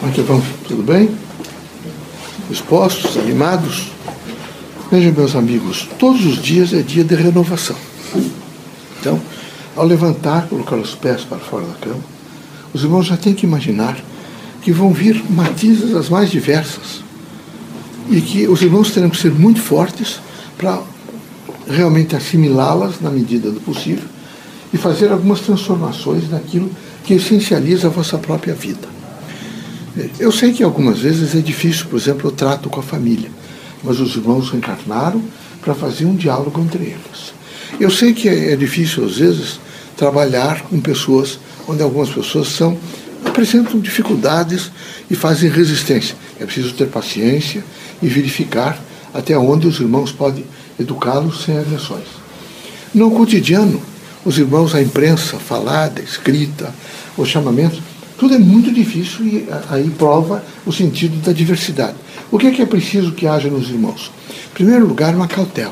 Como é que vão? Tudo bem? Dispostos, animados? Vejam, meus amigos, todos os dias é dia de renovação. Então, ao levantar, colocar os pés para fora da cama, os irmãos já têm que imaginar que vão vir matizes as mais diversas e que os irmãos terão que ser muito fortes para realmente assimilá-las na medida do possível e fazer algumas transformações naquilo que essencializa a vossa própria vida. Eu sei que algumas vezes é difícil, por exemplo, o trato com a família, mas os irmãos reencarnaram para fazer um diálogo entre eles. Eu sei que é difícil, às vezes, trabalhar com pessoas onde algumas pessoas apresentam dificuldades e fazem resistência. É preciso ter paciência e verificar até onde os irmãos podem educá-los sem agressões. No cotidiano, os irmãos, a imprensa falada, escrita, os chamamentos, tudo é muito difícil e aí prova o sentido da diversidade. O que é preciso que haja nos irmãos? Em primeiro lugar, uma cautela.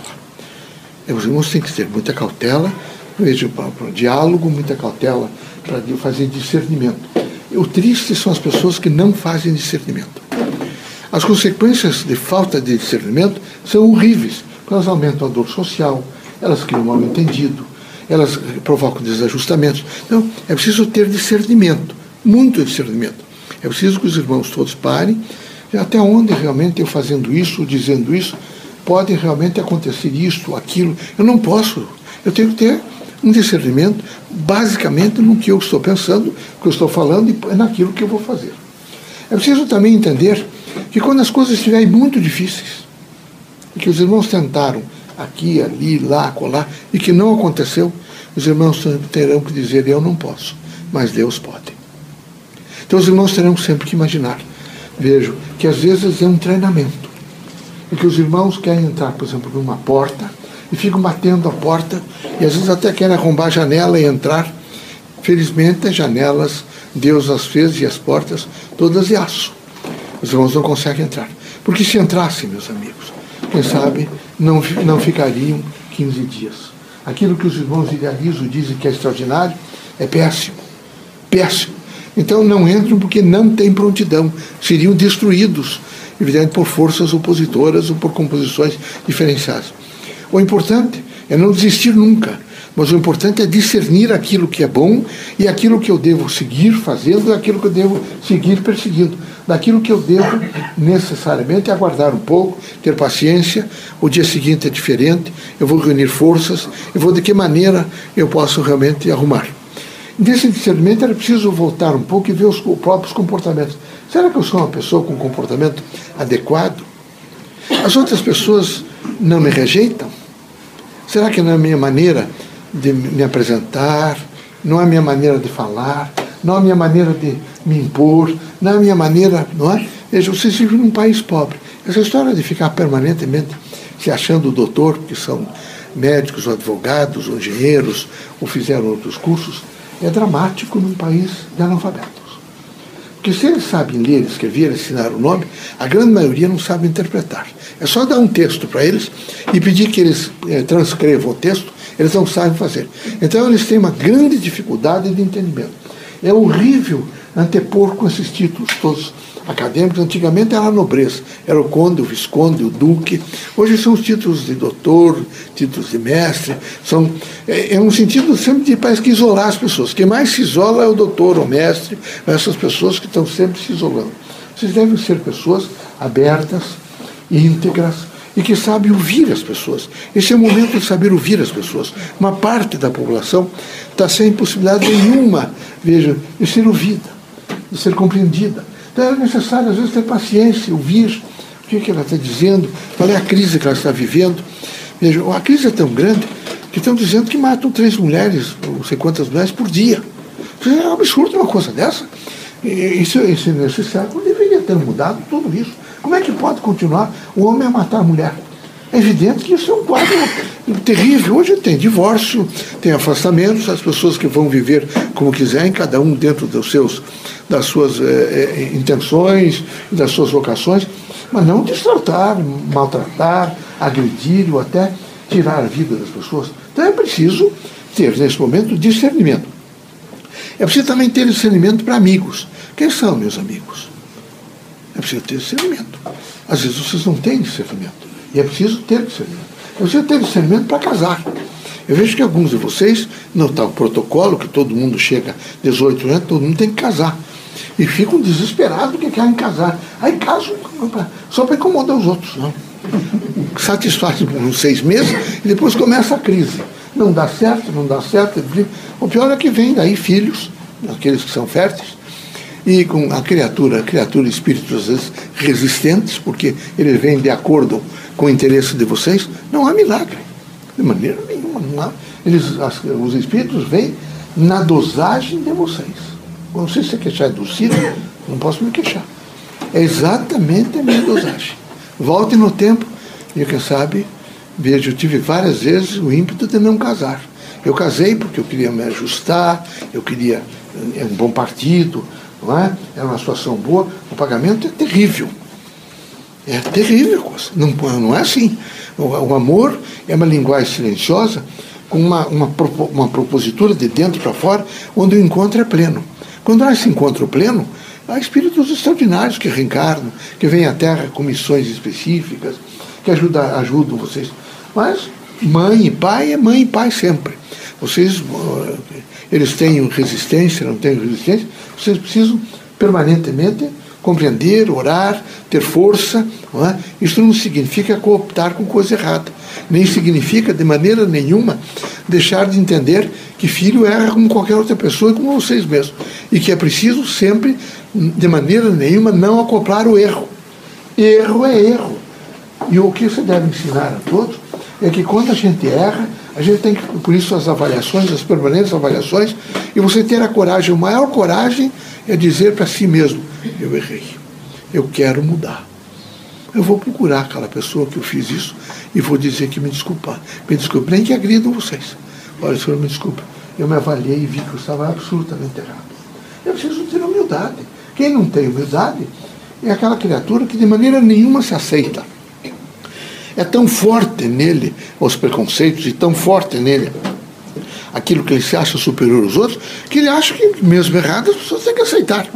Os irmãos têm que ter muita cautela para o diálogo, muita cautela para fazer discernimento. O triste são as pessoas que não fazem discernimento. As consequências de falta de discernimento são horríveis, porque elas aumentam a dor social, elas criam mal-entendido, elas provocam desajustamentos. Então, é preciso ter discernimento, muito discernimento. É preciso que os irmãos todos parem, até onde realmente eu fazendo isso, dizendo isso, pode realmente acontecer isto, aquilo. Eu não posso, eu tenho que ter um discernimento basicamente no que eu estou pensando, no que eu estou falando e naquilo que eu vou fazer. É preciso também entender que quando as coisas estiverem muito difíceis, e que os irmãos tentaram aqui, ali, lá, colar, e que não aconteceu, os irmãos terão que dizer, eu não posso, mas Deus pode. Então os irmãos terão sempre que imaginar, vejo, que às vezes é um treinamento, e que os irmãos querem entrar, por exemplo, numa porta, e ficam batendo a porta, e às vezes até querem arrombar a janela e entrar. Felizmente as janelas, Deus as fez, e as portas, todas de aço. Os irmãos não conseguem entrar. Porque se entrassem, meus amigos, quem sabe não ficariam 15 dias. Aquilo que os irmãos idealizam, dizem que é extraordinário, é péssimo. Péssimo. Então não entram porque não têm prontidão. Seriam destruídos, evidente, por forças opositoras ou por composições diferenciadas. O importante é não desistir nunca, mas o importante é discernir aquilo que é bom e aquilo que eu devo seguir fazendo e aquilo que eu devo seguir perseguindo. Daquilo que eu devo necessariamente aguardar um pouco, ter paciência, o dia seguinte é diferente, eu vou reunir forças, de que maneira eu posso realmente arrumar. Nesse discernimento era preciso voltar um pouco e ver os próprios comportamentos. Será que eu sou uma pessoa com comportamento adequado? As outras pessoas não me rejeitam? Será que não é a minha maneira de me apresentar, não é a minha maneira de falar, não é a minha maneira de me impor, não é a minha maneira, não é? Veja, vocês vivem num país pobre. Essa história de ficar permanentemente se achando doutor, porque são médicos, ou advogados, ou engenheiros, ou fizeram outros cursos, é dramático num país de analfabetos. Porque se eles sabem ler, escrever, ensinar o nome, a grande maioria não sabe interpretar. É só dar um texto para eles e pedir que eles transcrevam o texto, eles não sabem fazer. Então eles têm uma grande dificuldade de entendimento. É horrível antepor com esses títulos todos acadêmicos. Antigamente era a nobreza, era o conde, o visconde, o duque. Hoje são os títulos de doutor, títulos de mestre. É um sentido sempre de parece que isolar as pessoas. Quem mais se isola é o doutor, o mestre, essas pessoas que estão sempre se isolando. Vocês devem ser pessoas abertas, íntegras, e que sabem ouvir as pessoas. Esse é o momento de saber ouvir as pessoas. Uma parte da população está sem possibilidade nenhuma, veja, de ser ouvida, de ser compreendida. Então é necessário, às vezes, ter paciência, ouvir o que ela está dizendo, qual é a crise que ela está vivendo. Veja, a crise é tão grande que estão dizendo que matam 3 mulheres, não sei quantas mulheres, por dia. É um absurdo uma coisa dessa. Isso nesse século deveria ter mudado tudo isso. Como é que pode continuar o homem a matar a mulher? É evidente que isso é um quadro terrível. Hoje tem divórcio, tem afastamentos, as pessoas que vão viver como quiserem, cada um dentro das suas intenções, das suas vocações, mas não destratar, maltratar, agredir ou até tirar a vida das pessoas. Então é preciso ter, nesse momento, discernimento. É preciso também ter discernimento para amigos. Quem são meus amigos? É preciso ter discernimento. Às vezes vocês não têm discernimento. E é preciso ter discernimento. É preciso ter discernimento para casar. Eu vejo que alguns de vocês, não está o protocolo, que todo mundo chega 18 anos, todo mundo tem que casar. E ficam desesperados porque querem casar. Aí casam só para incomodar os outros. Não. Satisfazem por uns 6 meses e depois começa a crise. Não dá certo, não dá certo. O pior é que vem daí filhos, aqueles que são férteis, e com a criatura, espíritos às vezes resistentes, porque eles vêm de acordo com o interesse de vocês. Não há milagre. De maneira nenhuma. Não há. Os espíritos vêm na dosagem de vocês. Eu não sei se você queixar do Ciro, não posso me queixar. É exatamente a minha dosagem. Volte no tempo e, quem sabe, veja, eu tive várias vezes o ímpeto de não casar. Eu casei porque eu queria me ajustar, eu queria um bom partido, não é? Era uma situação boa. O pagamento é terrível. É terrível a coisa. Não é assim. O amor é uma linguagem silenciosa, com uma propositura de dentro para fora, onde o encontro é pleno. Quando há esse encontro pleno, há espíritos extraordinários que reencarnam, que vêm à Terra com missões específicas, que ajudam vocês. Mas mãe e pai é mãe e pai sempre. Vocês, eles têm resistência, não têm resistência, vocês precisam permanentemente compreender, orar, ter força. Não é? Isso não significa cooptar com coisa errada. Nem significa, de maneira nenhuma, deixar de entender que filho erra como qualquer outra pessoa e como vocês mesmos. E que é preciso sempre, de maneira nenhuma, não acoplar o erro. Erro é erro. E o que você deve ensinar a todos é que quando a gente erra, a gente tem que, por isso, as avaliações, as permanentes avaliações, e você ter a coragem, a maior coragem é dizer para si mesmo: eu errei, eu quero mudar. Eu vou procurar aquela pessoa que eu fiz isso e vou dizer que me desculpa, nem que agridam vocês. Olha, senhor, me desculpa, eu me avaliei e vi que eu estava absolutamente errado. Eu preciso ter humildade. Quem não tem humildade é aquela criatura que de maneira nenhuma se aceita. É tão forte nele os preconceitos e tão forte nele aquilo que ele se acha superior aos outros, que ele acha que, mesmo errado, as pessoas têm que aceitar.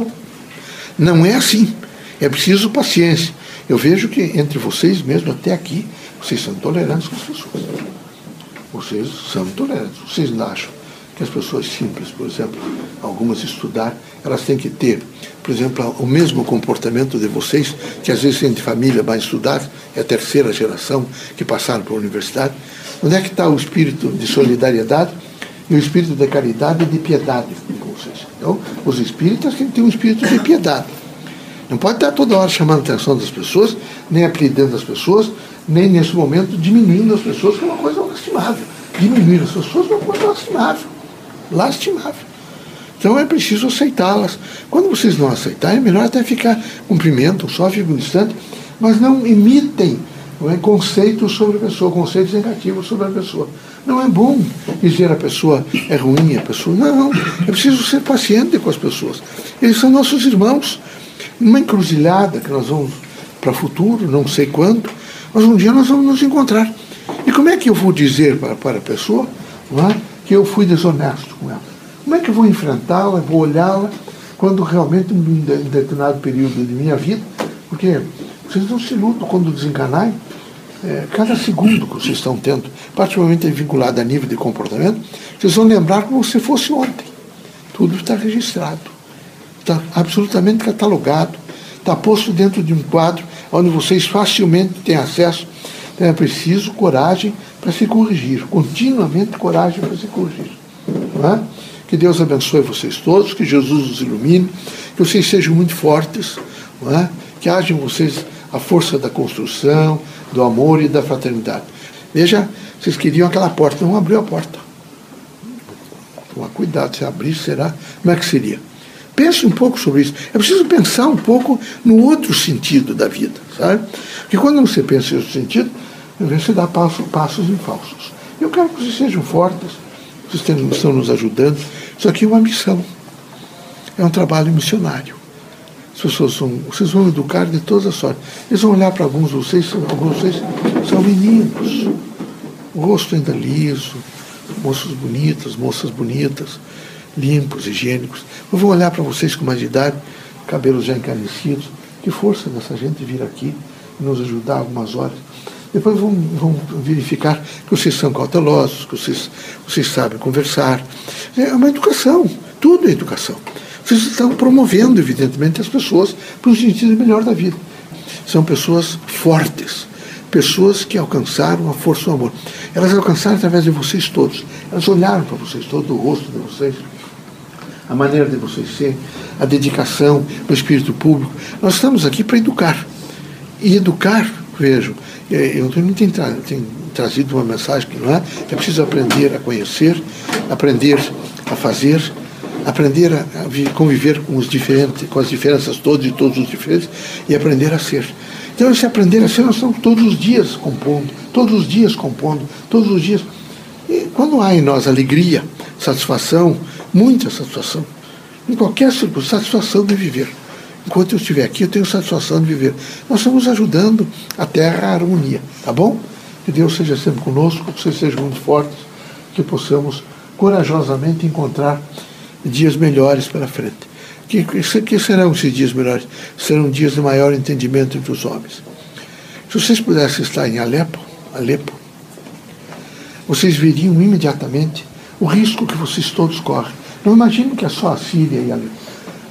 Não é assim. É preciso paciência. Eu vejo que entre vocês mesmo, até aqui, vocês são tolerantes com as pessoas. Vocês são tolerantes. Vocês não acham que as pessoas simples, por exemplo, algumas estudar, elas têm que ter, por exemplo, o mesmo comportamento de vocês, que às vezes entre família vai estudar, é a terceira geração que passaram para a universidade. Onde é que está o espírito de solidariedade e o espírito de caridade e de piedade com vocês? Então, os espíritas têm que ter um espírito de piedade. Não pode estar toda hora chamando a atenção das pessoas, nem apelidando as pessoas, nem nesse momento diminuindo as pessoas, que é uma coisa lastimável. Diminuir as pessoas é uma coisa lastimável. Lastimável. Então é preciso aceitá-las. Quando vocês não aceitarem, é melhor até ficar, cumprimentam, só ficam distantes, mas não imitem conceitos sobre a pessoa, conceitos negativos sobre a pessoa. Não é bom dizer a pessoa é ruim, a pessoa... Não, é preciso ser paciente com as pessoas. Eles são nossos irmãos. Numa encruzilhada que nós vamos para o futuro, não sei quando, mas um dia nós vamos nos encontrar. E como é que eu vou dizer para a pessoa, não é, que eu fui desonesto com ela? Como é que eu vou enfrentá-la, vou olhá-la, quando realmente, em determinado período de minha vida, porque vocês não se iludam quando desencarnarem, cada segundo que vocês estão tendo, particularmente vinculado a nível de comportamento, vocês vão lembrar como se fosse ontem. Tudo está registrado. Está absolutamente catalogado, está posto dentro de um quadro onde vocês facilmente têm acesso. Então é preciso coragem para se corrigir, continuamente coragem para se corrigir. Não é? Que Deus abençoe vocês todos, que Jesus os ilumine, que vocês sejam muito fortes, não é? Que haja em vocês a força da construção, do amor e da fraternidade. Veja, vocês queriam aquela porta, não abriu a porta. Tomar cuidado, se abrir, será? Como é que seria? Pense um pouco sobre isso. É preciso pensar um pouco no outro sentido da vida, sabe? Porque quando você pensa em outro sentido, você dá passos em falsos. Eu quero que vocês sejam fortes, vocês estão nos ajudando. Isso aqui é uma missão. É um trabalho missionário. As pessoas vocês vão educar de todas as sortes. Eles vão olhar para alguns de vocês são meninos. O rosto ainda liso, moças bonitas, limpos, higiênicos. Eu vou olhar para vocês com mais idade, cabelos já encanecidos, que Que força dessa gente vir aqui e nos ajudar algumas horas. Depois vão verificar que vocês são cautelosos, que vocês sabem conversar. É uma educação, tudo é educação. Vocês estão promovendo, evidentemente, as pessoas para um sentido melhor da vida. São pessoas fortes, pessoas que alcançaram a força do amor. Elas alcançaram através de vocês todos. Elas olharam para vocês todos, o rosto de vocês, a maneira de vocês serem, a dedicação, o espírito público. Nós estamos aqui para educar. E educar, vejam, eu também tenho trazido uma mensagem que não é preciso aprender a conhecer, aprender a fazer, aprender a conviver com com as diferenças todas e todos os diferentes e aprender a ser. Então, esse aprender a ser, nós estamos todos os dias compondo, todos os dias. E quando há em nós alegria, satisfação, muita satisfação, em qualquer circunstância, satisfação de viver. Enquanto eu estiver aqui, eu tenho satisfação de viver. Nós estamos ajudando a Terra à harmonia, tá bom? Que Deus seja sempre conosco, que vocês sejam muito fortes, que possamos corajosamente encontrar dias melhores pela frente. Que serão esses dias melhores? Serão dias de maior entendimento entre os homens. Se vocês pudessem estar em Alepo, vocês veriam imediatamente o risco que vocês todos correm. Não imaginem que é só a Síria e Alepo.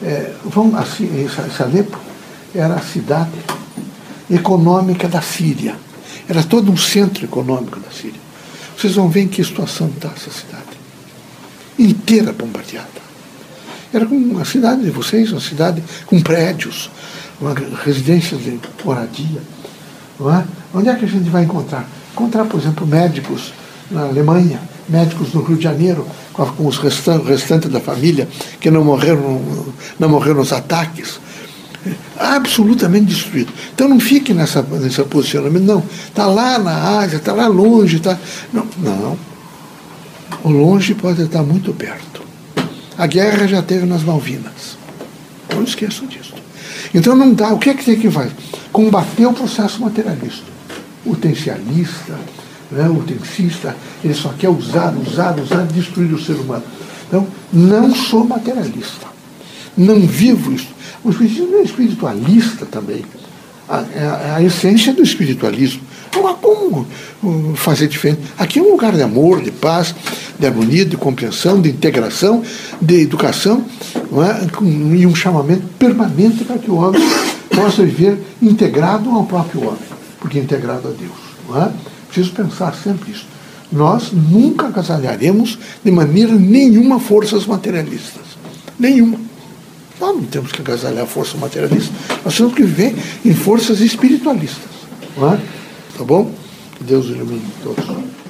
Esse Alepo era a cidade econômica da Síria. Era todo um centro econômico da Síria. Vocês vão ver em que situação está essa cidade. Inteira bombardeada. Era como a cidade de vocês, uma cidade com prédios, uma residência de moradia. Não é? Onde é que a gente vai encontrar? Encontrar, por exemplo, médicos na Alemanha, médicos no Rio de Janeiro, com os restantes da família que não morreram nos ataques. Absolutamente destruído. Então não fique nesse posicionamento, não. Está lá na Ásia, está lá longe. Não. O longe pode estar muito perto. A guerra já teve nas Malvinas. Não esqueçam disso. Então não dá. O que é que tem que fazer? Combater o processo materialista. O utencialista, né, o utencista, ele só quer usar, destruir o ser humano. Então, não sou materialista. Não vivo isso. O espiritismo é espiritualista também. A essência do espiritualismo. Não há como fazer diferente. Aqui é um lugar de amor, de paz, de harmonia, de compreensão, de integração, de educação, não é? E um chamamento permanente para que o homem possa viver integrado ao próprio homem, porque é integrado a Deus. Não é? Preciso pensar sempre isso. Nós nunca agasalharemos de maneira nenhuma forças materialistas. Nenhuma. Nós não temos que agasalhar força materialista. Nós temos que viver em forças espiritualistas. Não é? Tá bom? Que Deus ilumine todos.